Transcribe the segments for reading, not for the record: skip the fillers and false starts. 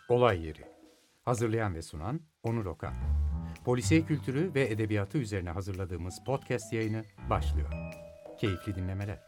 Olay Yeri. Hazırlayan ve sunan Onur Okan. Polisiye kültürü ve edebiyatı üzerine hazırladığımız podcast yayını başlıyor. Keyifli dinlemeler.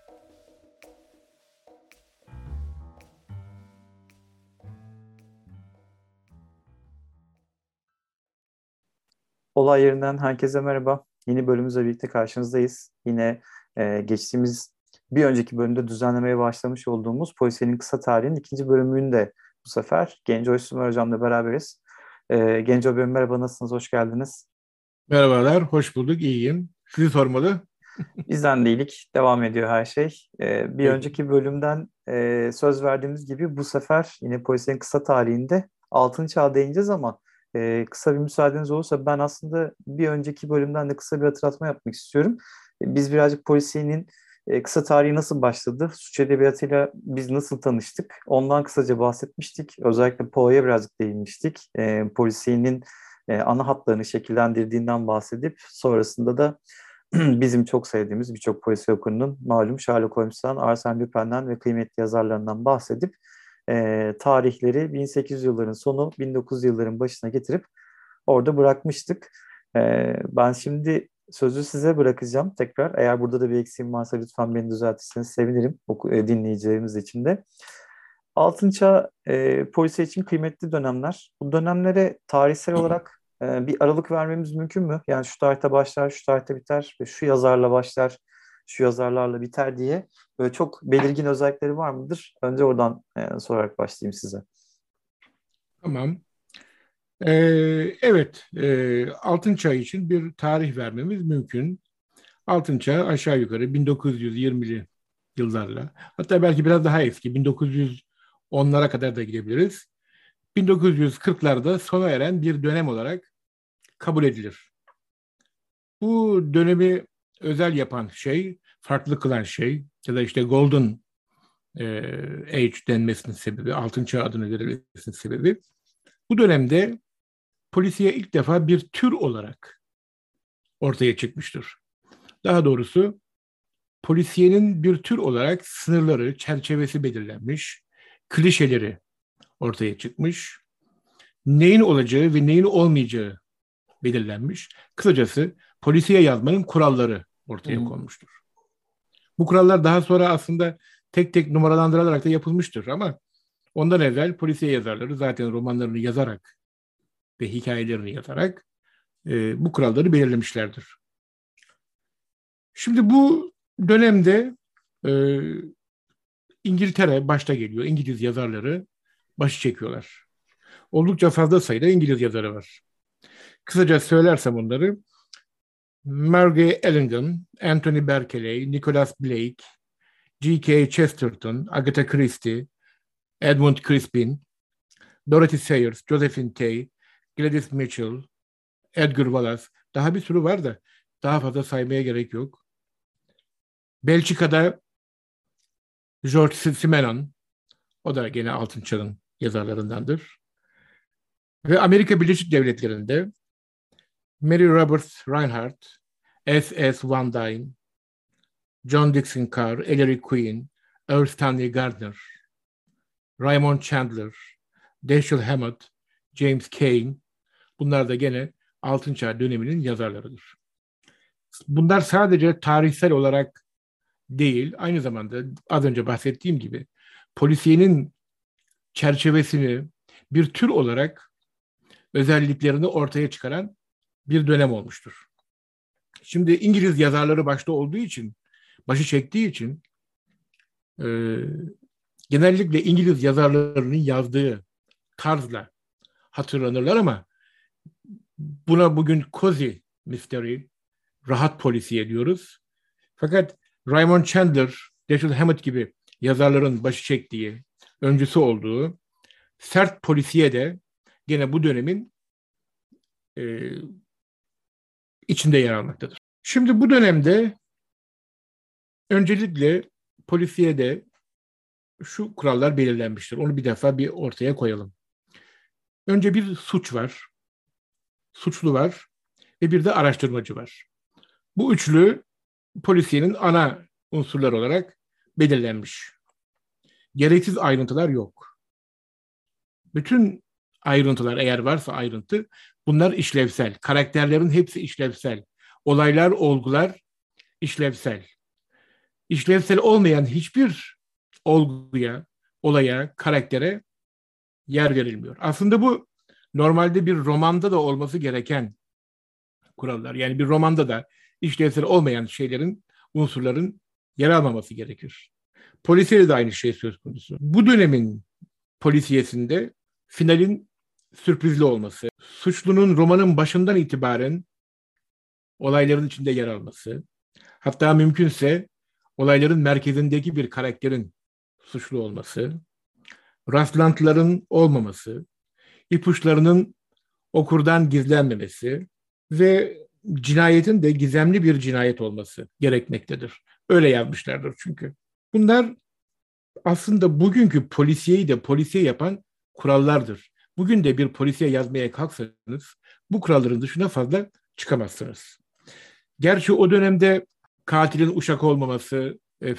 Olay yerinden herkese merhaba. Yeni bölümümüzle birlikte karşınızdayız. Yine geçtiğimiz bir önceki bölümde düzenlemeye başlamış olduğumuz Polisiyenin Kısa Tarihi'nin ikinci bölümünde bu sefer Genco Sümer Hocam'la beraberiz. Genco Bey merhaba, nasılsınız? Hoş geldiniz. Merhabalar, hoş bulduk, iyiyim. Sizi sormalı. Bizden de iyilik, devam ediyor her şey. Bir Peki. önceki bölümden söz verdiğimiz gibi bu sefer yine Polisiyenin Kısa Tarihi'nde Altın Çağ'a değineceğiz ama kısa bir müsaadeniz olursa ben aslında bir önceki bölümden de kısa bir hatırlatma yapmak istiyorum. Biz birazcık polisiyenin kısa tarihi nasıl başladı, suç edebiyatıyla biz nasıl tanıştık, ondan kısaca bahsetmiştik. Özellikle Poe'ye birazcık değinmiştik. Polisiyenin ana hatlarını şekillendirdiğinden bahsedip sonrasında da bizim çok sevdiğimiz birçok polisiye okurunun malum Sherlock Holmes'tan, Arsène Lupin'den ve kıymetli yazarlarından bahsedip tarihleri 1800 yılların sonu 1900 yılların başına getirip orada bırakmıştık. Ben şimdi sözü size bırakacağım tekrar. Eğer burada da bir eksiğim varsa lütfen beni düzeltirseniz sevinirim dinleyicilerimiz için de. Altın Çağ polisiye için kıymetli dönemler. Bu dönemlere tarihsel olarak bir aralık vermemiz mümkün mü? Yani şu tarihte başlar, şu tarihte biter ve şu yazarla başlar, şu yazarlarla biter diye böyle çok belirgin özellikleri var mıdır? Önce oradan sorarak başlayayım size. Tamam. Evet, Altın Çağ için bir tarih vermemiz mümkün. Altın Çağ aşağı yukarı 1920'li yıllarla, hatta belki biraz daha eski, 1910'lara kadar da gidebiliriz. 1940'larda sona eren bir dönem olarak kabul edilir. Bu dönemi özel yapan şey, farklı kılan şey ya da işte Golden Age denmesinin sebebi, Altın Çağ adını verilmesinin sebebi, bu dönemde polisiye ilk defa bir tür olarak ortaya çıkmıştır. Daha doğrusu polisiyenin bir tür olarak sınırları, çerçevesi belirlenmiş, klişeleri ortaya çıkmış, neyin olacağı ve neyin olmayacağı belirlenmiş. Kısacası polisiye yazmanın kuralları ortaya konmuştur. Bu kurallar daha sonra aslında tek tek numaralandırılarak da yapılmıştır ama ondan evvel polisiye yazarları zaten romanlarını yazarak ve hikayelerini yazarak bu kuralları belirlemişlerdir. Şimdi bu dönemde İngiltere başta geliyor. İngiliz yazarları başı çekiyorlar. Oldukça fazla sayıda İngiliz yazarı var. Kısaca söylersem onları: Margaret Ellingham, Anthony Berkeley, Nicholas Blake, G.K. Chesterton, Agatha Christie, Edmund Crispin, Dorothy Sayers, Josephine Tey, Gladys Mitchell, Edgar Wallace, daha bir sürü var da daha fazla saymaya gerek yok. Belçika'da George Simenon, o da gene Altın Çağ'ın yazarlarındandır. Ve Amerika Birleşik Devletleri'nde Mary Roberts Rinehart, S.S. Van Dyne, John Dickson Carr, Ellery Queen, Earl Stanley Gardner, Raymond Chandler, Dashiell Hammett, James Cain, bunlar da gene Altın Çağ döneminin yazarlarıdır. Bunlar sadece tarihsel olarak değil, aynı zamanda az önce bahsettiğim gibi polisiyenin çerçevesini bir tür olarak özelliklerini ortaya çıkaran bir dönem olmuştur. Şimdi İngiliz yazarları başta olduğu için, başı çektiği için genellikle İngiliz yazarlarının yazdığı tarzla hatırlanırlar ama buna bugün cozy mystery, rahat polisiye diyoruz. Fakat Raymond Chandler, Dashiell Hammett gibi yazarların başı çektiği, öncüsü olduğu sert polisiye de gene bu dönemin içinde yer almaktadır. Şimdi bu dönemde öncelikle polisiyede şu kurallar belirlenmiştir. Onu bir defa bir ortaya koyalım. Önce bir suç var, suçlu var ve bir de araştırmacı var. Bu üçlü polisiyenin ana unsurlar olarak belirlenmiş. Gereksiz ayrıntılar yok. Bütün ayrıntılar, eğer varsa ayrıntı, bunlar işlevsel. Karakterlerin hepsi işlevsel. Olaylar, olgular işlevsel. İşlevsel olmayan hiçbir olguya, olaya, karaktere yer verilmiyor. Aslında bu normalde bir romanda da olması gereken kurallar. Yani bir romanda da işlevsel olmayan şeylerin, unsurların yer almaması gerekir. Polisiyede de aynı şey söz konusu. Bu dönemin polisiyesinde finalin sürprizli olması, suçlunun romanın başından itibaren olayların içinde yer alması, hatta mümkünse olayların merkezindeki bir karakterin suçlu olması, rastlantıların olmaması, ipuçlarının okurdan gizlenmemesi ve cinayetin de gizemli bir cinayet olması gerekmektedir. Öyle yazmışlardır çünkü. Bunlar aslında bugünkü polisiyeyi de polisiye yapan kurallardır. Bugün de bir polisiye yazmaya kalksanız bu kuralların dışına fazla çıkamazsınız. Gerçi o dönemde katilin uşak olmaması,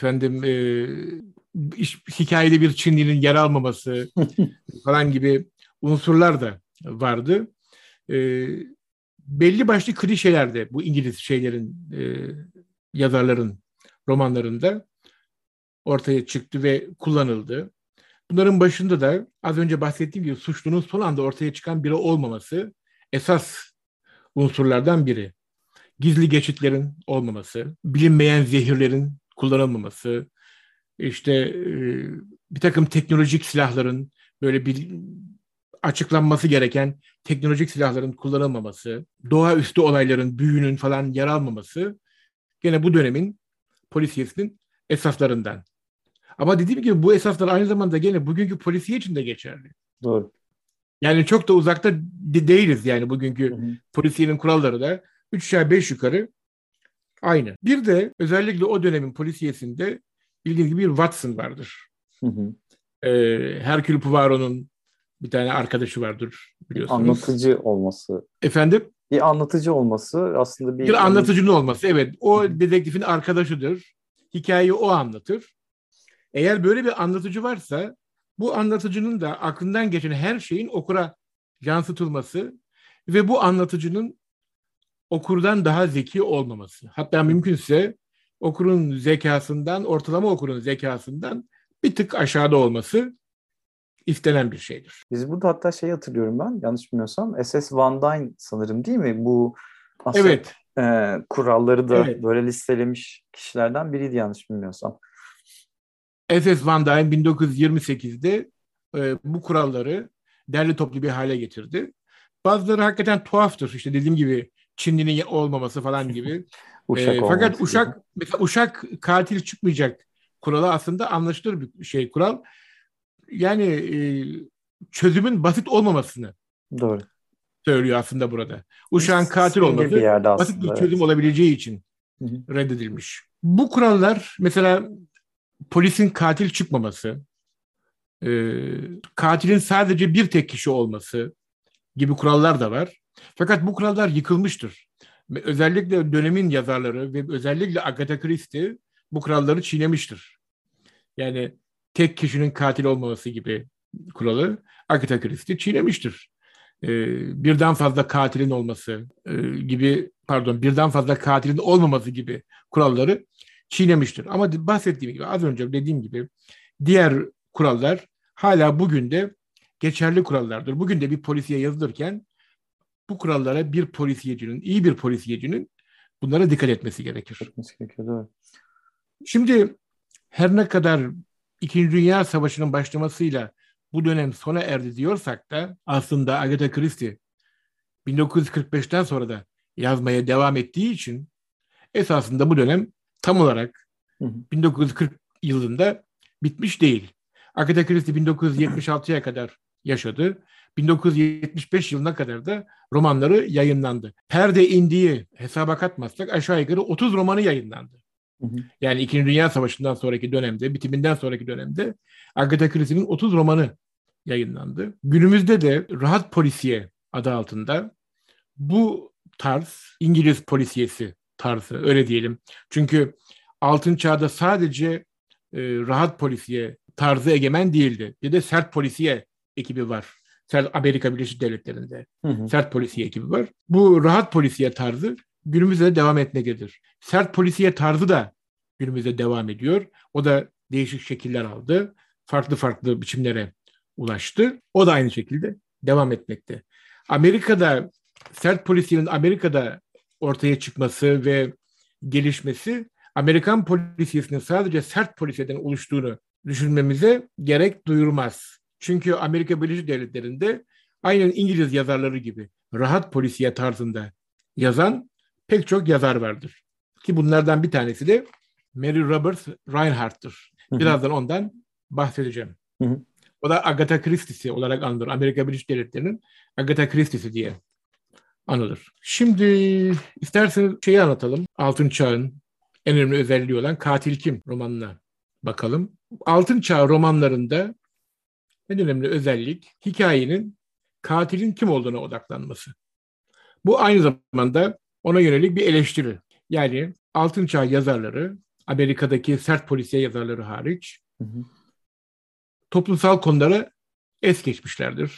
hikayede bir Çinlinin yer almaması falan gibi unsurlar da vardı. Belli başlı klişeler de bu İngiliz yazarların romanlarında ortaya çıktı ve kullanıldı. Bunların başında da az önce bahsettiğim gibi suçlunun son anda ortaya çıkan biri olmaması esas unsurlardan biri. Gizli geçitlerin olmaması, bilinmeyen zehirlerin kullanılmaması, bir takım teknolojik silahların böyle bir açıklanması gereken teknolojik silahların kullanılmaması, doğaüstü olayların, büyünün falan yer almaması gene bu dönemin polisiyesinin esaslarından. Ama dediğim gibi bu esaslar aynı zamanda gene bugünkü polisiye için de geçerli. Doğru. Yani çok da uzakta değiliz yani bugünkü polisiyenin kuralları da 3 aşağı 5 yukarı aynı. Bir de özellikle o dönemin polisiyesinde bildiğiniz gibi bir Watson vardır. Hercule Poirot'un bir tane arkadaşı vardır biliyorsunuz. Anlatıcı olması. Efendim? Bir anlatıcı olması aslında bir anlatıcının olması, evet. O dedektifin arkadaşıdır. Hikayeyi o anlatır. Eğer böyle bir anlatıcı varsa bu anlatıcının da aklından geçen her şeyin okura yansıtılması ve bu anlatıcının okurdan daha zeki olmaması. Hatta mümkünse okurun zekasından, ortalama okurun zekasından bir tık aşağıda olması istenen bir şeydir. Biz burada hatta hatırlıyorum ben, yanlış bilmiyorsam. SS Van Dyne sanırım, değil mi? Bu aslında evet. Kuralları da böyle listelemiş kişilerden biriydi yanlış bilmiyorsam. SS Van Dyne 1928'de bu kuralları derli toplu bir hale getirdi. Bazıları hakikaten tuhaftır. İşte dediğim gibi Çinlinin olmaması falan gibi. Fakat uşak katil çıkmayacak kuralı aslında anlaşılır bir kural. Yani çözümün basit olmamasını söylüyor aslında burada. Uşağın katil olması basit bir çözüm olabileceği için reddedilmiş. Bu kurallar mesela polisin katil çıkmaması, katilin sadece bir tek kişi olması gibi kurallar da var. Fakat bu kurallar yıkılmıştır. Özellikle dönemin yazarları ve özellikle Agatha Christie bu kuralları çiğnemiştir. Yani tek kişinin katil olmaması gibi kuralı Agatha Christie çiğnemiştir. Birden fazla katilin olması birden fazla katilin olmaması gibi kuralları çiğnemiştir. Ama bahsettiğim gibi, az önce dediğim gibi diğer kurallar hala bugün de geçerli kurallardır. Bugün de bir polisiye yazılırken bu kurallara iyi bir polisiyecinin bunlara dikkat etmesi gerekir. Şimdi her ne kadar İkinci Dünya Savaşı'nın başlamasıyla bu dönem sona erdi diyorsak da aslında Agatha Christie 1945'ten sonra da yazmaya devam ettiği için esasında bu dönem tam olarak 1940 yılında bitmiş değil. Agatha Christie 1976'ya kadar yaşadı. 1975 yılına kadar da romanları yayınlandı. Perde indiği hesaba katmazsak aşağı yukarı 30 romanı yayınlandı. Yani İkinci Dünya Savaşı'ndan sonraki dönemde, bitiminden sonraki dönemde Agatha Christie'nin 30 romanı yayınlandı. Günümüzde de rahat polisiye adı altında bu tarz İngiliz polisiyesi tarzı, öyle diyelim. Çünkü Altın Çağ'da sadece rahat polisiye tarzı egemen değildi. Bir de sert polisiye ekibi var Amerika Birleşik Devletleri'nde Hı hı. sert polisiye ekibi var. Bu rahat polisiye tarzı günümüzde de devam etmektedir. Sert polisiye tarzı da günümüzde devam ediyor. O da değişik şekiller aldı. Farklı farklı biçimlere ulaştı. O da aynı şekilde devam etmekte. Amerika'da sert polisiyenin Amerika'da ortaya çıkması ve gelişmesi Amerikan polisiyesinin sadece sert polisiyeden oluştuğunu düşünmemize gerek duyurmaz. Çünkü Amerika Birleşik Devletleri'nde aynen İngiliz yazarları gibi rahat polisiye tarzında yazan pek çok yazar vardır. Ki bunlardan bir tanesi de Mary Roberts Rinehardt'tır. Hı hı. Birazdan ondan bahsedeceğim. Hı hı. O da Agatha Christie'si olarak anılır. Amerika Birleşik Devletleri'nin Agatha Christie'si diye anılır. Şimdi isterseniz şeyi anlatalım. Altın Çağ'ın en önemli özelliği olan Katil Kim romanına bakalım. Altın Çağ romanlarında en önemli özellik hikayenin katilin kim olduğuna odaklanması. Bu aynı zamanda ona yönelik bir eleştiri. Yani Altın Çağ yazarları, Amerika'daki sert polisiye yazarları hariç Hı hı. toplumsal konuları es geçmişlerdir.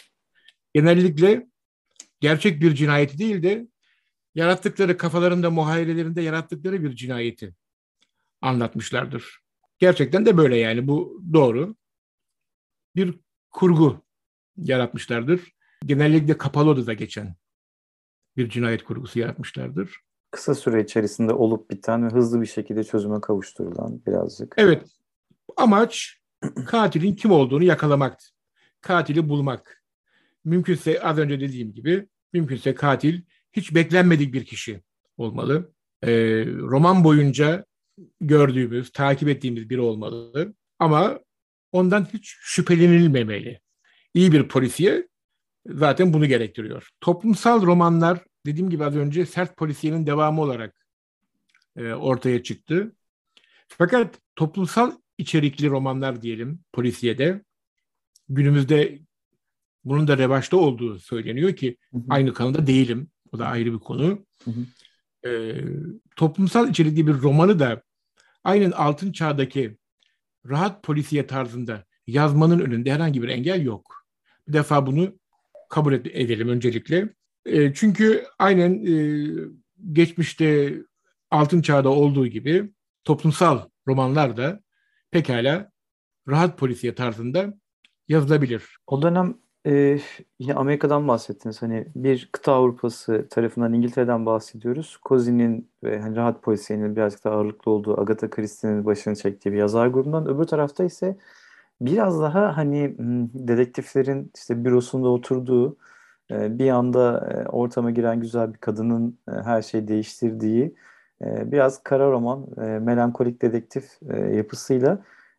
Genellikle gerçek bir cinayeti değil de yarattıkları kafalarında, muhayelelerinde yarattıkları bir cinayeti anlatmışlardır. Gerçekten de böyle yani bu doğru. Bir kurgu yaratmışlardır. Genellikle kapalı odada geçen bir cinayet kurgusu yaratmışlardır. Kısa süre içerisinde olup biten ve hızlı bir şekilde çözüme kavuşturulan birazcık. Evet, amaç katilin kim olduğunu yakalamak, katili bulmak. Mümkünse az önce dediğim gibi, mümkünse katil hiç beklenmedik bir kişi olmalı. Roman boyunca gördüğümüz, takip ettiğimiz biri olmalı. Ama ondan hiç şüphelenilmemeli. İyi bir polisiye zaten bunu gerektiriyor. Toplumsal romanlar, dediğim gibi az önce sert polisiyenin devamı olarak ortaya çıktı. Fakat toplumsal içerikli romanlar diyelim polisiyede günümüzde bunun da revaçta olduğu söyleniyor ki Hı hı. aynı kanıda değilim. O da ayrı bir konu. Hı hı. Toplumsal içerikli bir romanı da aynen Altın Çağ'daki rahat polisiye tarzında yazmanın önünde herhangi bir engel yok. Bir defa bunu kabul edelim öncelikle. Çünkü aynen geçmişte Altın Çağ'da olduğu gibi toplumsal romanlar da pekala rahat polisiye tarzında yazılabilir. O dönem yine Amerika'dan bahsettiniz. Hani bir kıta Avrupası tarafından İngiltere'den bahsediyoruz. Cozy'nin ve hani rahat polisiyenin birazcık daha ağırlıklı olduğu Agatha Christie'nin başını çektiği bir yazar grubundan. Öbür tarafta ise biraz daha hani dedektiflerin işte bürosunda oturduğu bir anda ortama giren güzel bir kadının her şeyi değiştirdiği biraz kara roman, melankolik dedektif yapısıyla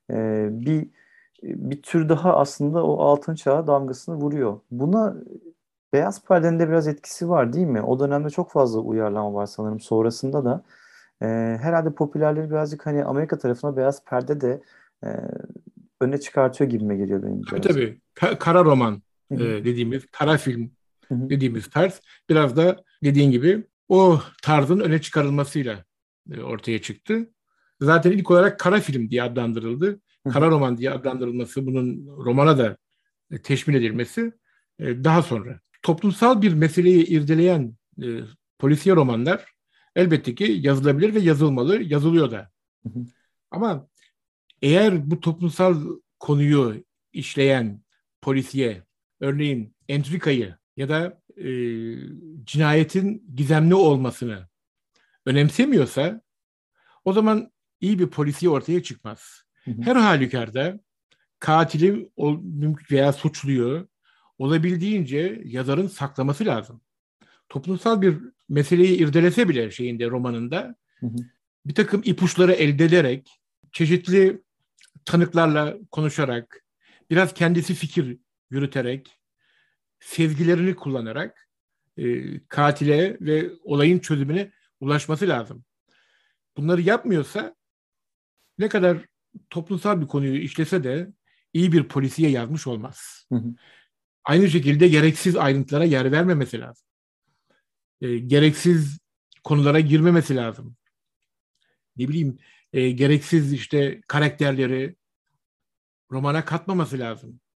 bir tür daha aslında o altın çağa damgasını vuruyor. Buna Beyaz Perde'nin de biraz etkisi var değil mi? O dönemde çok fazla uyarlama var sanırım. Sonrasında da herhalde popülerleri birazcık hani Amerika tarafına Beyaz Perde de e, öne çıkartıyor gibime geliyor benim Tabii biraz. tabii. Kara roman Hı hı, dediğimiz, kara film hı hı, dediğimiz tarz biraz da dediğin gibi o tarzın öne çıkarılmasıyla ortaya çıktı. Zaten ilk olarak kara film diye adlandırıldı. hı hı, Kara roman diye adlandırılması, bunun romana da teşmil edilmesi daha sonra. Toplumsal bir meseleyi irdeleyen polisiye romanlar elbette ki yazılabilir ve yazılmalı, yazılıyor da. hı hı, Ama eğer bu toplumsal konuyu işleyen polisiye, örneğin entrikayı ya da cinayetin gizemli olmasını önemsemiyorsa, o zaman iyi bir polisiye ortaya çıkmaz. hı hı, Her halükarda katili veya suçluyu olabildiğince yazarın saklaması lazım. Toplumsal bir meseleyi irdelese bile şeyinde, romanında hı hı, bir takım ipuçları elde ederek, çeşitli tanıklarla konuşarak, biraz kendisi fikir yürüterek, sezgilerini kullanarak katile ve olayın çözümüne ulaşması lazım. Bunları yapmıyorsa ne kadar toplumsal bir konuyu işlese de iyi bir polisiye yazmış olmaz. hı hı. Aynı şekilde gereksiz ayrıntılara yer vermemesi lazım. Gereksiz konulara girmemesi lazım. Ne bileyim, gereksiz işte karakterleri romana katmaması lazım.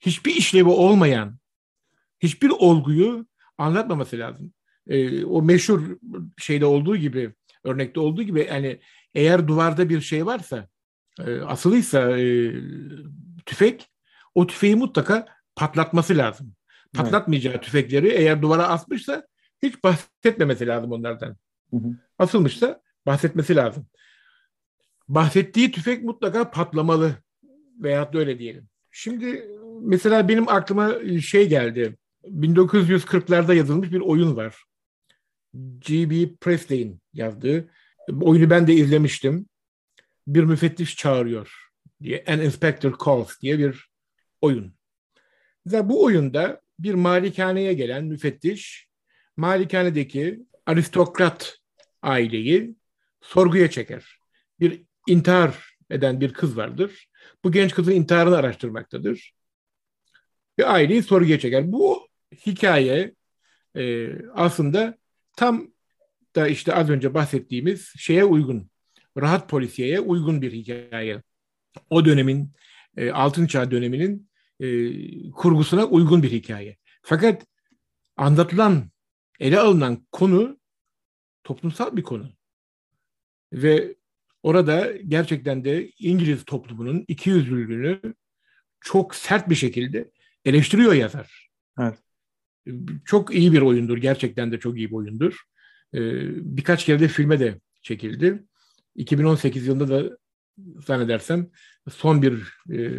hiçbir işlevi olmayan hiçbir olguyu anlatmaması lazım. O meşhur şeyde olduğu gibi, örnekte olduğu gibi, yani eğer duvarda bir şey varsa, asılıysa tüfek, o tüfeği mutlaka patlatması lazım. Evet. Patlatmayacağı tüfekleri eğer duvara asmışsa hiç bahsetmemesi lazım onlardan. Hı hı. Asılmışsa bahsetmesi lazım. Bahsettiği tüfek mutlaka patlamalı veyahut da öyle diyelim. Şimdi mesela benim aklıma şey geldi. 1940'larda yazılmış bir oyun var. G.B. Presley'in yazdığı. Bu oyunu ben de izlemiştim. Bir müfettiş çağırıyor diye. An Inspector Calls diye bir oyun. Mesela bu oyunda bir malikaneye gelen müfettiş, malikanedeki aristokrat aileyi sorguya çeker. Bir intihar eden bir kız vardır. Bu genç kızın intiharını araştırmaktadır. Ve aileyi sorguya çeker. Bu hikaye aslında tam da işte az önce bahsettiğimiz şeye uygun, rahat polisiyeye uygun bir hikaye. O dönemin, Altın Çağ döneminin kurgusuna uygun bir hikaye. Fakat anlatılan, ele alınan konu toplumsal bir konu. Ve orada gerçekten de İngiliz toplumunun ikiyüzlülüğünü çok sert bir şekilde eleştiriyor yazar. Evet. Çok iyi bir oyundur. Gerçekten de çok iyi bir oyundur. Birkaç kere de filme de çekildi. 2018 yılında da zannedersem son bir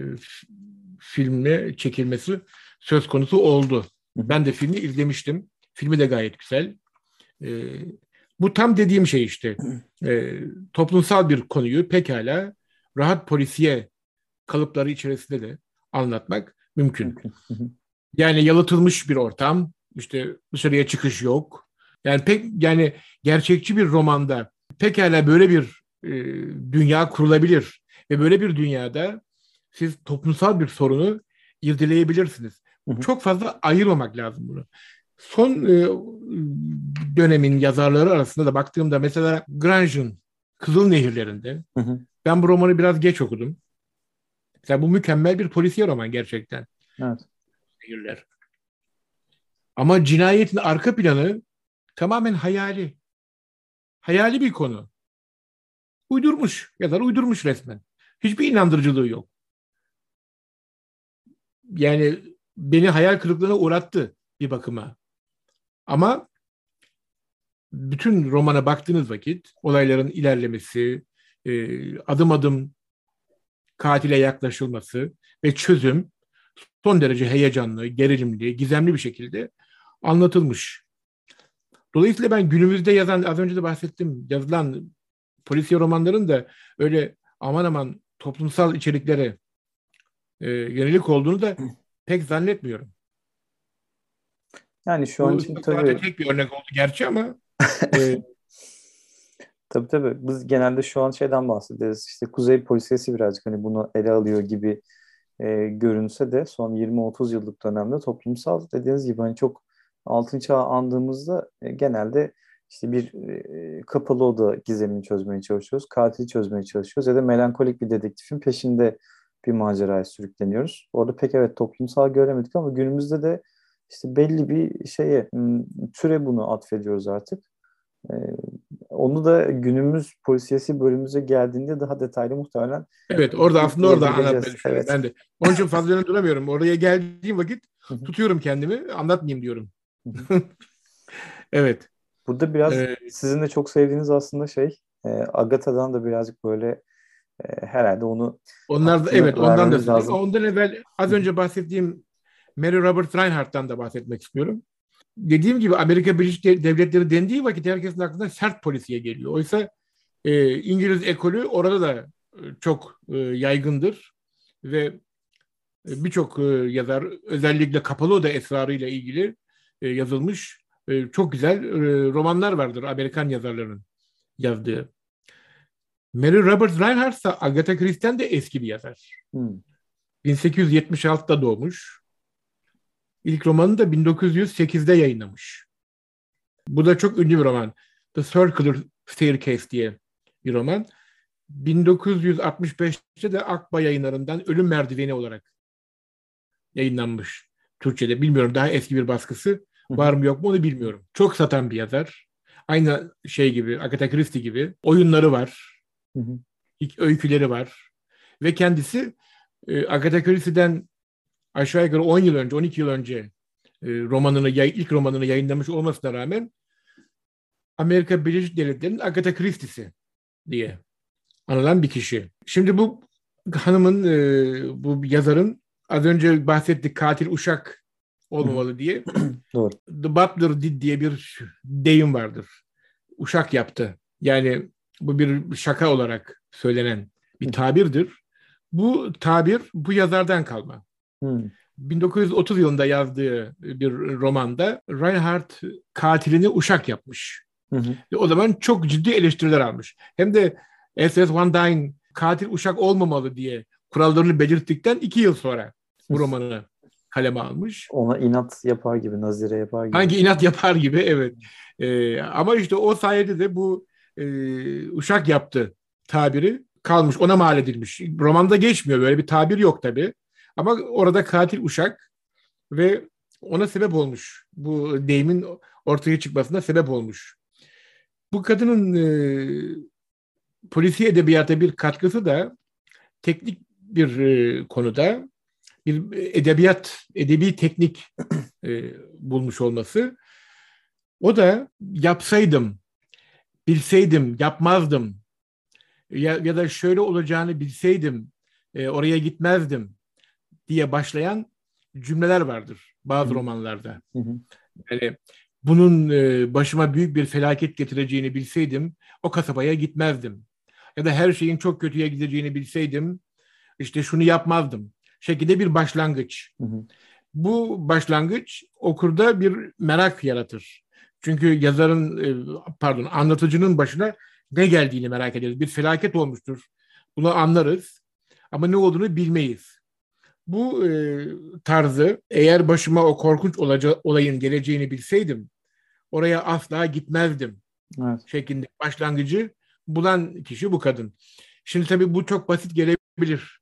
filme çekilmesi söz konusu oldu. Ben de filmi izlemiştim. Filmi de gayet güzel. Bu tam dediğim şey işte. Toplumsal bir konuyu pekala rahat polisiye kalıpları içerisinde de anlatmak mümkün. Yani yalıtılmış bir ortam, işte dışarıya çıkış yok. Yani gerçekçi bir romanda pekala böyle bir dünya kurulabilir ve böyle bir dünyada siz toplumsal bir sorunu irdeleyebilirsiniz. Çok fazla ayırmamak lazım bunu. Son dönemin yazarları arasında da baktığımda mesela Grange'ın Kızıl Nehirlerinde ben bu romanı biraz geç okudum. Mesela bu mükemmel bir polisiye roman gerçekten. Evet. Nehirler. Ama cinayetin arka planı tamamen hayali. Hayali bir konu. Uydurmuş. Yazar uydurmuş resmen. Hiçbir inandırıcılığı yok. Yani beni hayal kırıklığına uğrattı bir bakıma. Ama bütün romana baktığınız vakit olayların ilerlemesi, adım adım katile yaklaşılması ve çözüm son derece heyecanlı, gerilimli, gizemli bir şekilde anlatılmış. Dolayısıyla ben günümüzde yazan, az önce de bahsettim, yazılan polisiye romanların da öyle aman aman toplumsal içeriklere yönelik olduğunu da pek zannetmiyorum. Yani şu an için tabii tek bir örnek oldu gerçi ama tabii. Biz genelde şu an şeyden bahsederiz. İşte Kuzey Polisiyesi birazcık hani bunu ele alıyor gibi görünse de son 20-30 yıllık dönemde toplumsal dediğiniz gibi hani çok altın çağı andığımızda genelde işte bir kapalı oda gizemini çözmeye çalışıyoruz. Katili çözmeye çalışıyoruz ya da melankolik bir dedektifin peşinde bir maceraya sürükleniyoruz. Orada pek evet toplumsal göremedik ama günümüzde de işte belli bir türe bunu atfediyoruz artık. Onu da günümüz polisiyesi bölümümüze geldiğinde daha detaylı muhtemelen evet, orada anlatmayı düşünüyorum Evet. ben de. Onun için fazla öne duramıyorum. Oraya geldiğim vakit tutuyorum kendimi, anlatmayayım diyorum. Evet. Burada biraz sizin de çok sevdiğiniz aslında Agatha'dan da birazcık böyle herhalde onu Onlar da hakkını evet, ondan da vermemiz söyleyeyim. lazım. Ondan evvel az önce bahsettiğim Mary Robert Reinhardt'tan da bahsetmek istiyorum. Dediğim gibi Amerika Birleşik Devletleri dendiği vakit herkesin aklına sert polisiye geliyor. Oysa İngiliz ekolü orada da çok yaygındır ve birçok yazar özellikle Kapalı Oda esrarıyla ilgili yazılmış çok güzel romanlar vardır Amerikan yazarlarının yazdığı. Mary Robert Reinhardt ise Agatha Christie'den de eski bir yazar. 1876'da doğmuş. İlk romanını da 1908'de yayınlamış. Bu da çok ünlü bir roman. The Circular Staircase diye bir roman. 1965'te de Akba Yayınları'ndan Ölüm Merdiveni olarak yayınlanmış Türkçe'de. Bilmiyorum, daha eski bir baskısı var mı yok mu onu bilmiyorum. Çok satan bir yazar. Aynı şey gibi, Agatha Christie gibi oyunları var. Öyküleri var. Ve kendisi Agatha Christie'den aşağı yukarı 10 yıl önce, 12 yıl önce ilk romanını yayınlamış olmasına rağmen Amerika Birleşik Devletleri'nin Agatha Christie'si diye anılan bir kişi. Şimdi bu hanımın, bu yazarın az önce bahsettik, katil uşak olmamalı diye. Doğru. The Butler did diye bir deyim vardır. Uşak yaptı. Yani bu bir şaka olarak söylenen bir tabirdir. Bu tabir bu yazardan kalma. 1930 yılında yazdığı bir romanda Reinhardt katilini uşak yapmış. Ve o zaman çok ciddi eleştiriler almış. Hem de S.S. Van Dyne katil uşak olmamalı diye kurallarını belirttikten 2 yıl sonra bu romanı kaleme almış. Ona inat yapar gibi, nazire yapar gibi. Hangi inat yapar gibi, evet. Ama işte o sayede de bu uşak yaptı tabiri kalmış, ona mal edilmiş. Romanda geçmiyor, böyle bir tabir yok tabii. Ama orada katil uşak ve ona sebep olmuş. Bu deyimin ortaya çıkmasına sebep olmuş. Bu kadının polisiye edebiyata bir katkısı da teknik bir konuda bir edebi teknik bulmuş olması. O da yapsaydım, bilseydim, yapmazdım ya da şöyle olacağını bilseydim oraya gitmezdim diye başlayan cümleler vardır bazı romanlarda. Yani bunun başıma büyük bir felaket getireceğini bilseydim o kasabaya gitmezdim. Ya da her şeyin çok kötüye gideceğini bilseydim işte şunu yapmazdım şekilde bir başlangıç. Bu başlangıç okurda bir merak yaratır. Çünkü anlatıcının başına ne geldiğini merak ederiz. Bir felaket olmuştur. Bunu anlarız ama ne olduğunu bilmeyiz. Bu tarzı, eğer başıma o korkunç olayın geleceğini bilseydim oraya asla gitmezdim şeklinde başlangıcı bulan kişi bu kadın. Şimdi tabii bu çok basit gelebilir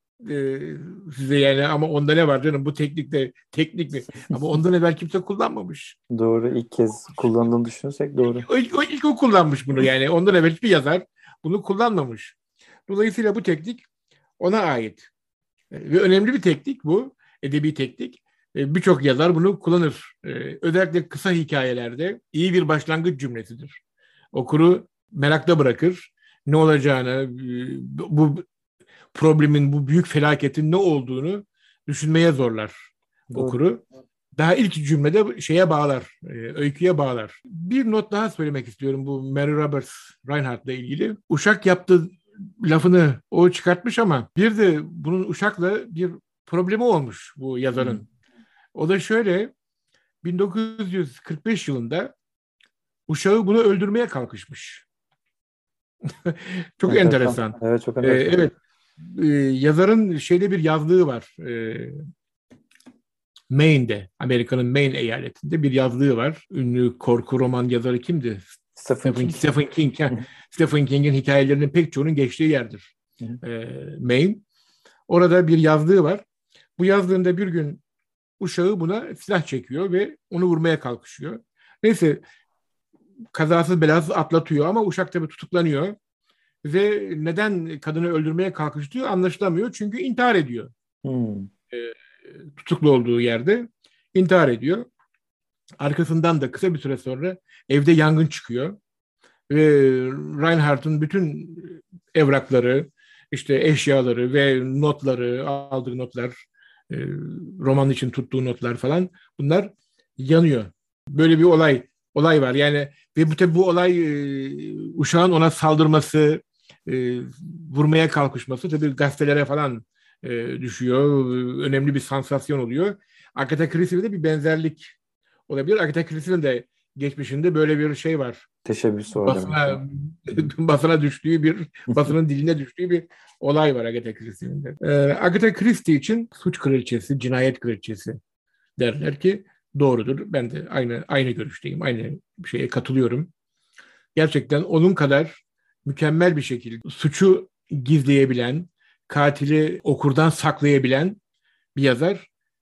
size yani, ama onda ne var canım, bu teknik mi? Ama ondan evvel kimse kullanmamış. Doğru, ilk kez kullandığını düşünürsek doğru. İlk o kullanmış bunu, yani ondan evvel hiçbir yazar bunu kullanmamış. Dolayısıyla bu teknik ona ait. Ve önemli bir teknik bu, edebi teknik. Birçok yazar bunu kullanır. Özellikle kısa hikayelerde iyi bir başlangıç cümlesidir. Okuru merakta bırakır. Ne olacağını, bu problemin, bu büyük felaketin ne olduğunu düşünmeye zorlar okuru. Daha ilk cümlede şeye bağlar, öyküye bağlar. Bir not daha söylemek istiyorum bu Mary Roberts Reinhardt'la ilgili. Uşak yaptığı lafını o çıkartmış ama bir de bunun uşakla bir problemi olmuş bu yazarın. O da şöyle: 1945 yılında uşağı bunu öldürmeye kalkışmış. Çok enteresan. Evet, çok enteresan. Evet. Yazarın şeyde bir yazlığı var. Maine'de, Amerika'nın Maine eyaletinde bir yazlığı var. Ünlü korku roman yazarı kimdi? Stephen King. Stephen King'in hikayelerinin pek çoğunun geçtiği yerdir. Maine. Orada bir yazlığı var. Bu yazlığında bir gün uşağı buna silah çekiyor ve onu vurmaya kalkışıyor. Neyse, kazasız belasız atlatıyor ama uşak tabii tutuklanıyor. Ve neden kadını öldürmeye kalkıştığı anlaşılamıyor. Çünkü intihar ediyor. Tutuklu olduğu yerde intihar ediyor. Arkasından da kısa bir süre sonra evde yangın çıkıyor. Ve Reinhardt'ın bütün evrakları, işte eşyaları ve notları, aldığı notlar, roman için tuttuğu notlar falan, bunlar yanıyor. Böyle bir olay var. Yani ve bu olay uşağın ona saldırması, vurmaya kalkışması tabii gazetelere falan düşüyor. Önemli bir sansasyon oluyor. Agatha Christie'de bir benzerlik olabilir. Agatha Christie'nin de geçmişinde böyle bir şey var. Teşebbüs var. Basına düştüğü basının diline düştüğü bir olay var Agatha Christie'nin de. Agatha Christie için suç kraliçesi, cinayet kraliçesi derler ki doğrudur. Ben de aynı görüşteyim. Aynı şeye katılıyorum. Gerçekten onun kadar mükemmel bir şekilde suçu gizleyebilen, katili okurdan saklayabilen bir yazar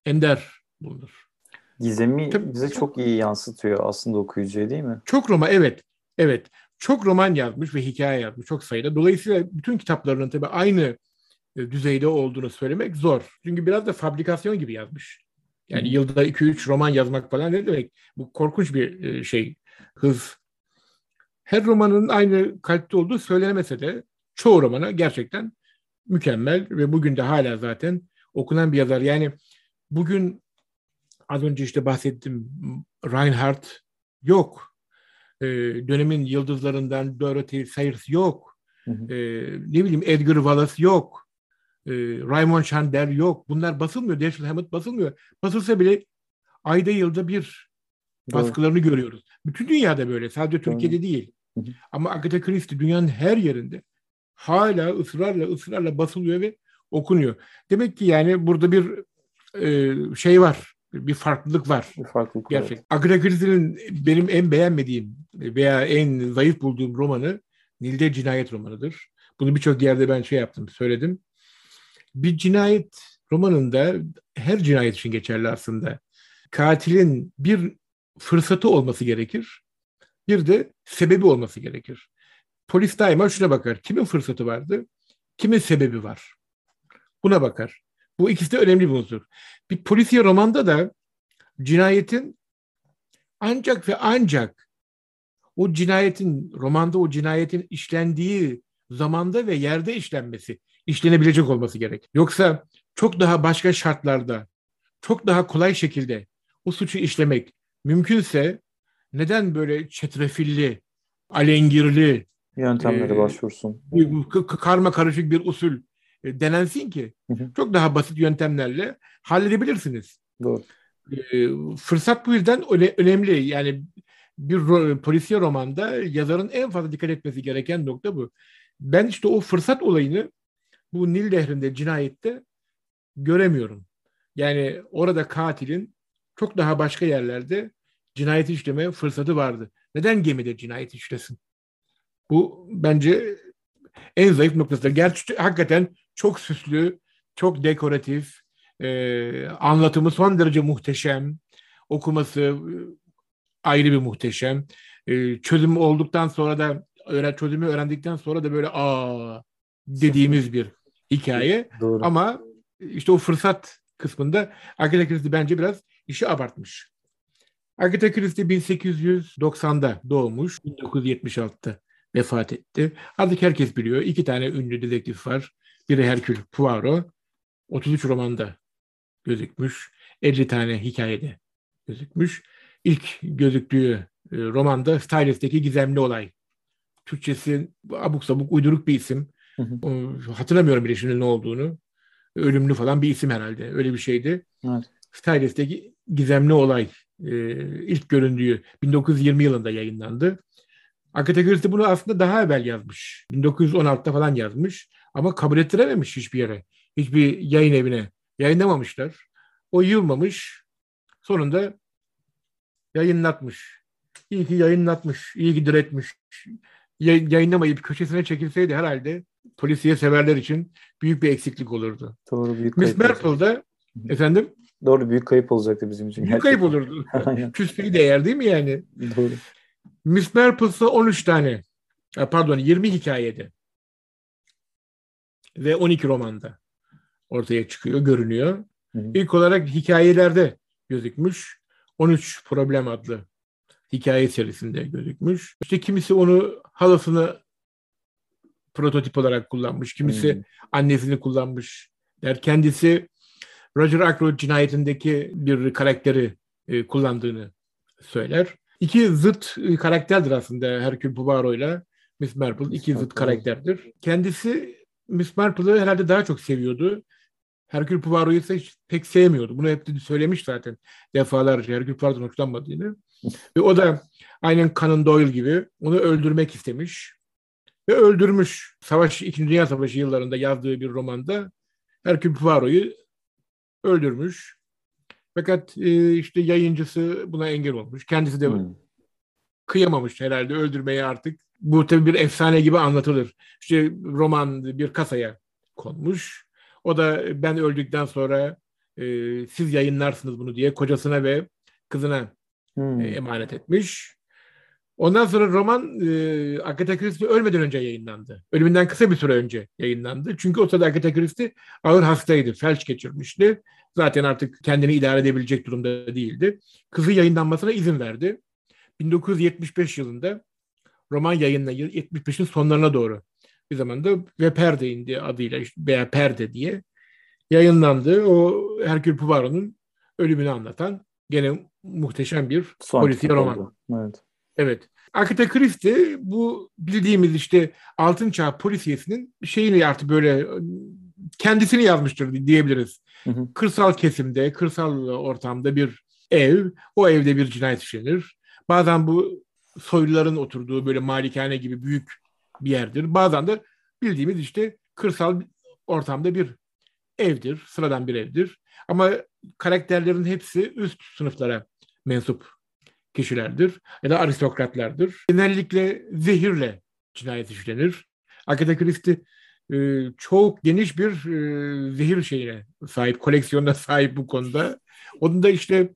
ender bulunur. Gizemi bize Tabii, çok iyi yansıtıyor aslında okuyucuya, değil mi? çok roman, evet. Evet. Çok roman yazmış ve hikaye yazmış çok sayıda. Dolayısıyla bütün kitaplarının tabii aynı düzeyde olduğunu söylemek zor. Çünkü biraz da fabrikasyon gibi yazmış. Hı Yani hı. yılda 2-3 roman yazmak falan ne demek? Bu korkunç bir şey, hız. Her romanın aynı kalitede olduğu söylenemese de çoğu romana gerçekten mükemmel ve bugün de hala zaten okunan bir yazar. Yani bugün az önce işte bahsettim, Reinhardt yok. Dönemin yıldızlarından Dorothy Sayers yok. Hı hı. Ne bileyim Edgar Wallace yok. Raymond Chandler yok. Bunlar basılmıyor. Dashiell Hammett basılmıyor. Basılsa bile ayda yılda bir Doğru. baskılarını görüyoruz. Bütün dünyada böyle. Sadece Doğru. Türkiye'de değil. Hı hı. Ama Agatha Christie dünyanın her yerinde hala ısrarla basılıyor ve okunuyor. Demek ki yani burada bir şey var. Bir farklılık var. Bir farklılık var. Gerçek. Agatha Christie'nin benim en beğenmediğim veya en zayıf bulduğum romanı Nil'de Cinayet romanıdır. Bunu birçok yerde ben şey yaptım, söyledim. Bir cinayet romanında her cinayet için geçerli aslında. Katilin bir fırsatı olması gerekir. Bir de sebebi olması gerekir. Polis daima şuna bakar. Kimin fırsatı vardı? Kimin sebebi var? Buna bakar. Bu ikisi de önemli bir unsur. Bir polisiye romanda da cinayetin ancak ve ancak romanda o cinayetin işlendiği zamanda ve yerde işlenebilecek olması gerek. Yoksa çok daha başka şartlarda, çok daha kolay şekilde o suçu işlemek mümkünse neden böyle çetrefilli, alengirli, Yöntemlere e, başvursun. karma karışık bir usul denensin ki Hı hı. çok daha basit yöntemlerle halledebilirsiniz. Doğru. Fırsat bu yüzden önemli. Yani bir polisiye romanda yazarın en fazla dikkat etmesi gereken nokta bu. Ben işte o fırsat olayını bu Nil Nehri'nde cinayette göremiyorum. Yani orada katilin çok daha başka yerlerde cinayet işleme fırsatı vardı. Neden gemide cinayet işlesin? Bu bence en zayıf noktası. Gerçi hakikaten çok süslü, çok dekoratif, anlatımı son derece muhteşem, okuması ayrı bir muhteşem. Çözümü olduktan sonra da çözümü öğrendikten sonra da böyle dediğimiz bir hikaye. Doğru. Ama işte o fırsat kısmında Agatha Christie bence biraz işi abartmış. Agatha Christie 1890'da doğmuş, 1976'da vefat etti. Artık herkes biliyor. 2 tane ünlü dedektif var. Biri Hercule Poirot, 33 romanda gözükmüş. 50 tane hikayede gözükmüş. İlk gözüktüğü romanda Styles'teki gizemli olay. Türkçesi abuk sabuk uyduruk bir isim. Hı hı. Hatırlamıyorum bile şimdi ne olduğunu. Ölümlü falan bir isim herhalde. Öyle bir şeydi. Evet. Styles'teki gizemli olay ilk göründüğü 1920 yılında yayınlandı. Agatha Christie bunu aslında daha evvel yazmış. 1916'da falan yazmış. Ama kabul ettirememiş hiçbir yere. Hiçbir yayın evine yayınlamamışlar. O yılmamış. Sonunda yayınlatmış. İyi ki yayınlatmış. İyi ki diretmiş. Yayınlamayıp köşesine çekilseydi herhalde polisiye severler için büyük bir eksiklik olurdu. Doğru, büyük Miss kayıp olacak. Marple'da efendim Doğru, büyük kayıp olacaktı bizim için. büyük kayıp Gerçekten. olurdu. Aynen. Küspeyi değer değil mi yani? Doğru. Miss Marple'sa 13 tane, 20 hikayede ve 12 romanda ortaya çıkıyor, görünüyor. Hı hı. İlk olarak hikayelerde gözükmüş. 13 Problem adlı hikaye serisinde gözükmüş. İşte kimisi onu halasını prototip olarak kullanmış, kimisi annesini kullanmış. Kendisi Roger Ackroyd cinayetindeki bir karakteri kullandığını söyler. İki zıt karakterdir aslında Hercule Poirot ile Miss Marple. İki zıt karakterdir. Kendisi Miss Marple'ı herhalde daha çok seviyordu. Hercule Poirot'u ise hiç pek sevmiyordu. Bunu hep söylemiş zaten defalarca Hercule Poirot'un hoşlanmadığını. Ve o da aynen Conan Doyle gibi onu öldürmek istemiş. Ve öldürmüş. İkinci Dünya Savaşı yıllarında yazdığı bir romanda Hercule Poirot'u öldürmüş. Fakat işte yayıncısı buna engel olmuş. Kendisi de kıyamamış herhalde öldürmeye artık. Bu tabii bir efsane gibi anlatılır. İşte roman bir kasaya konmuş. O da ben öldükten sonra siz yayınlarsınız bunu diye kocasına ve kızına emanet etmiş. Ondan sonra roman Agatha Christie ölmeden önce yayınlandı. Ölümünden kısa bir süre önce yayınlandı. Çünkü o sırada Agatha Christie ağır hastaydı, felç geçirmişti. Zaten artık kendini idare edebilecek durumda değildi. Kızı yayınlanmasına izin verdi. 1975 yılında roman yayınlandı. 75'in sonlarına doğru bir zamanda ve Perde indi adıyla veya Perde diye yayınlandı. O Hercule Poirot'un ölümünü anlatan gene muhteşem bir polisiye roman. Evet. Evet. Agatha Christie bu bildiğimiz işte Altın Çağ polisiyesinin şeyini artık böyle kendisini yazmıştır diyebiliriz. Kırsal kesimde, kırsal ortamda bir ev, o evde bir cinayet işlenir. Bazen bu soyluların oturduğu böyle malikane gibi büyük bir yerdir. Bazen de bildiğimiz işte kırsal ortamda bir evdir, sıradan bir evdir. Ama karakterlerin hepsi üst sınıflara mensup kişilerdir ya da aristokratlardır. Genellikle zehirle cinayet işlenir. Agatha Christie çok geniş bir zehir sahip, koleksiyonuna sahip bu konuda. Onun da işte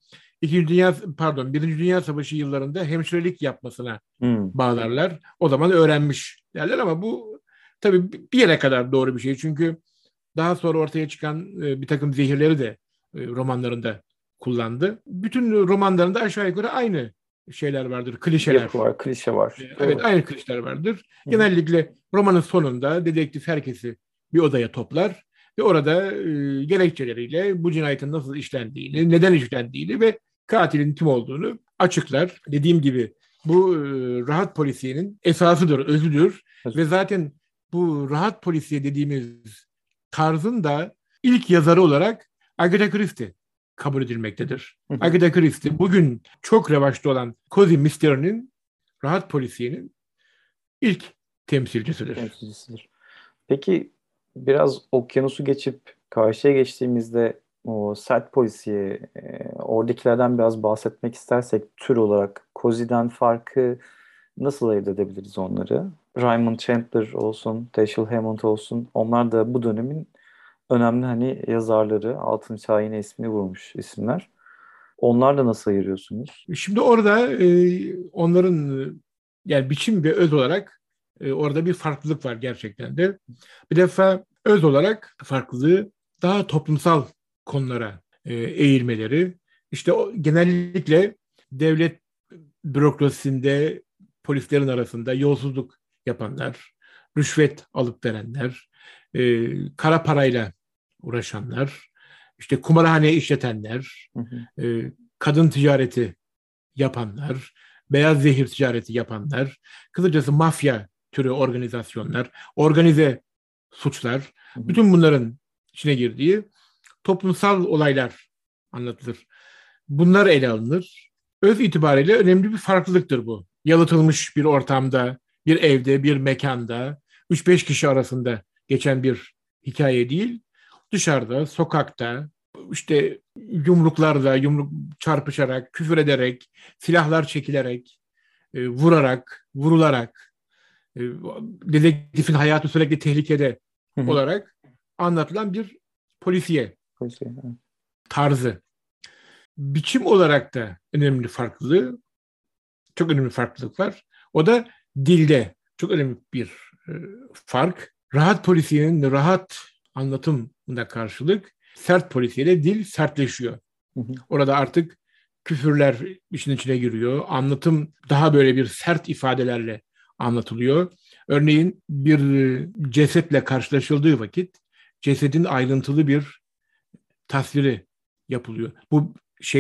Birinci Dünya Savaşı yıllarında hemşirelik yapmasına bağlarlar. O zaman öğrenmiş derler ama bu tabii bir yere kadar doğru bir şey. Çünkü daha sonra ortaya çıkan bir takım zehirleri de romanlarında kullandı. Bütün romanlarında aşağı yukarı aynı şeyler vardır, klişeler. Yapı var, klişe var. Evet, aynı klişeler vardır. Genellikle romanın sonunda dedektif herkesi bir odaya toplar ve orada gerekçeleriyle bu cinayetin nasıl işlendiğini, neden işlendiğini ve katilin kim olduğunu açıklar. Dediğim gibi bu rahat polisiyenin esasıdır, özüdür ve zaten bu rahat polisiye dediğimiz tarzın da ilk yazarı olarak Agatha Christie kabul edilmektedir. Agatha Christie bugün çok revaçta olan Cozy Mystery'nin, rahat polisiyenin ilk temsilcisidir. Peki biraz okyanusu geçip karşıya geçtiğimizde o sert polisiye, oradakilerden biraz bahsetmek istersek tür olarak Cozy'den farkı nasıl ayırt edebiliriz onları? Raymond Chandler olsun, Dashiell Hammond olsun, onlar da bu dönemin önemli yazarları, Altın Çağ yine ismini vurmuş isimler. Onlarla nasıl ayırıyorsunuz? Şimdi orada onların yani biçim ve öz olarak orada bir farklılık var gerçekten de. Bir defa öz olarak farklılığı daha toplumsal konulara eğilmeleri. İşte genellikle devlet bürokrasisinde polislerin arasında yolsuzluk yapanlar, rüşvet alıp verenler, kara parayla uğraşanlar, işte kumarhane işletenler, kadın ticareti yapanlar, beyaz zehir ticareti yapanlar, kısacası mafya türü organizasyonlar, organize suçlar, bütün bunların içine girdiği toplumsal olaylar anlatılır. Bunlar ele alınır. Öz itibariyle önemli bir farklılıktır bu. Yalıtılmış bir ortamda, bir evde, bir mekanda, 3-5 kişi arasında geçen bir hikaye değil. Dışarıda, sokakta, işte yumruk çarpışarak, küfür ederek, silahlar çekilerek, vurularak, dedektifin hayatı sürekli tehlikede olarak anlatılan bir polisiye tarzı. Biçim olarak da çok önemli farklılık var. O da dilde çok önemli bir fark. Rahat polisiyenin rahat anlatımına karşılık sert polisiyede dil sertleşiyor. Orada artık küfürler işin içine giriyor. Anlatım daha böyle bir sert ifadelerle anlatılıyor. Örneğin bir cesetle karşılaşıldığı vakit cesedin ayrıntılı bir tasviri yapılıyor. Bu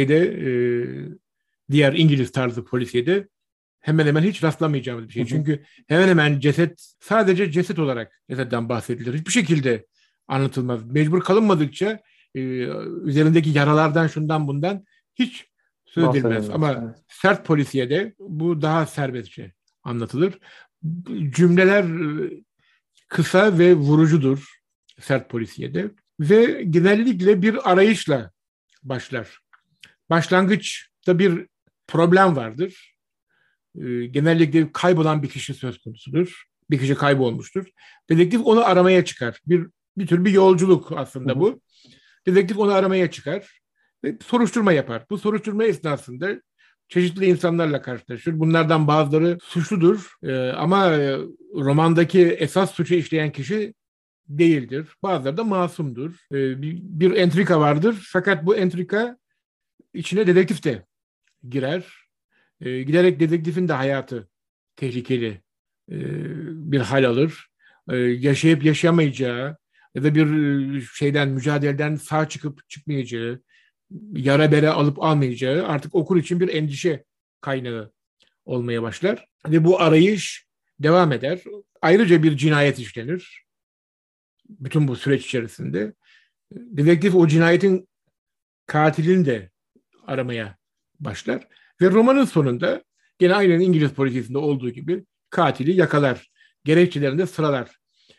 diğer İngiliz tarzı polisiyede hemen hemen hiç rastlamayacağımız bir şey. Çünkü hemen hemen sadece ceset olarak cesetten bahsedilir. Hiçbir şekilde anlatılmaz. Mecbur kalınmadıkça üzerindeki yaralardan şundan bundan hiç söz edilmez. Ama sert polisiyede bu daha serbestçe anlatılır. Cümleler kısa ve vurucudur sert polisiyede ve genellikle bir arayışla başlar. Başlangıçta bir problem vardır. Genellikle kaybolan bir kişi söz konusudur. Bir kişi kaybolmuştur. Dedektif onu aramaya çıkar. Bir tür bir yolculuk aslında bu. Dedektif onu aramaya çıkar ve soruşturma yapar. Bu soruşturma esnasında çeşitli insanlarla karşılaşır. Bunlardan bazıları suçludur ama romandaki esas suçu işleyen kişi değildir. Bazıları da masumdur. Bir entrika vardır fakat bu entrika içine dedektif de girer. Giderek dedektifin de hayatı tehlikeli bir hal alır. Yaşayıp yaşamayacağı ya da bir mücadeleden sağ çıkıp çıkmayacağı, yara bere alıp almayacağı artık okur için bir endişe kaynağı olmaya başlar. Ve bu arayış devam eder. Ayrıca bir cinayet işlenir. Bütün bu süreç içerisinde. Dedektif o cinayetin katilini de aramaya başlar. Ve romanın sonunda gene aynen İngiliz polisiyesinde olduğu gibi katili yakalar. Gerekçelerini de sıralar.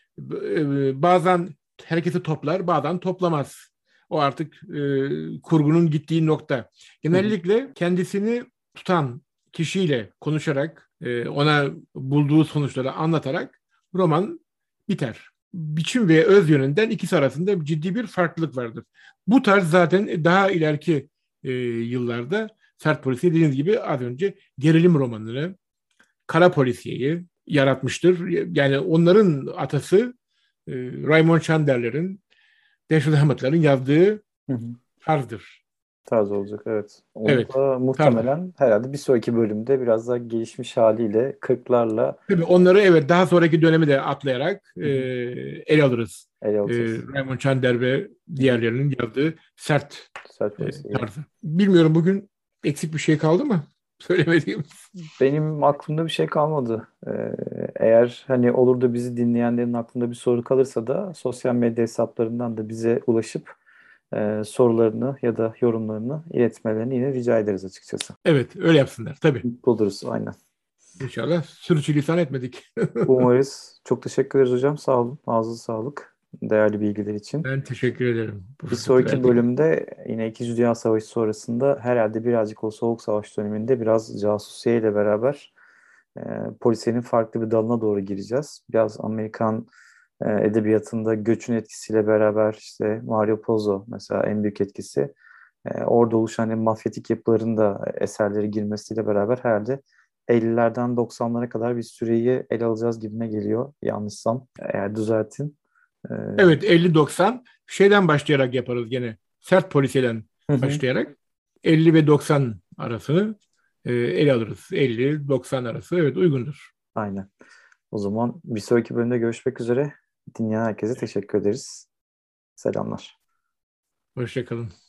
Bazen herkesi toplar, bazen toplamaz. O artık kurgunun gittiği nokta. Genellikle kendisini tutan kişiyle konuşarak, ona bulduğu sonuçları anlatarak roman biter. Biçim ve öz yönünden ikisi arasında ciddi bir farklılık vardır. Bu tarz zaten daha ileriki yıllarda sert polisiye dediğiniz gibi az önce gerilim romanını, kara polisiyeyi yaratmıştır. Yani onların atası Raymond Chandler'lerin, Dashiell Hammett'ların yazdığı Hı hı. tarzdır. Tarz olacak, evet. Onu Evet, da tarzdır. muhtemelen herhalde bir sonraki bölümde biraz daha gelişmiş haliyle 40'larla Tabii onları evet daha sonraki dönemi de atlayarak hı hı, ele alırız. ele alacağız. Raymond Chandler ve Hı hı. diğerlerinin yazdığı sert Sert polisiye. tarzı. Bilmiyorum bugün eksik bir şey kaldı mı? Söylemediğim. Benim aklımda bir şey kalmadı. Eğer hani olur da bizi dinleyenlerin aklında bir soru kalırsa da sosyal medya hesaplarından da bize ulaşıp sorularını ya da yorumlarını iletmelerini yine rica ederiz açıkçası. Evet, öyle yapsınlar tabii. Mutlu oluruz, aynen. İnşallah sürçülisan etmedik. Umarız. Çok teşekkür ederiz hocam. Sağ olun. Ağzınıza sağlık. Değerli bilgiler için. Ben teşekkür ederim bu Bir fırsatı sonraki verdiğin. bölümde yine İkinci Dünya Savaşı sonrasında herhalde birazcık o Soğuk Savaş döneminde biraz casusiye ile beraber e, polisiyenin farklı bir dalına doğru gireceğiz. Biraz Amerikan edebiyatında göçün etkisiyle beraber işte Mario Puzo mesela en büyük etkisi. Orada oluşan mafyatik yapıların da eserleri girmesiyle beraber herhalde 50'lerden 90'lara kadar bir süreyi ele alacağız gibime geliyor. Yanlışsam eğer düzeltin. E, Evet 50-90 şeyden başlayarak yaparız gene. Sert polisiyeden hı hı. başlayarak 50 ve 90 arasını ele alırız. 50-90 arası evet uygundur. Aynen. O zaman bir sonraki bölümde görüşmek üzere. Dinleyen herkese teşekkür ederiz. Selamlar. Hoşça kalın.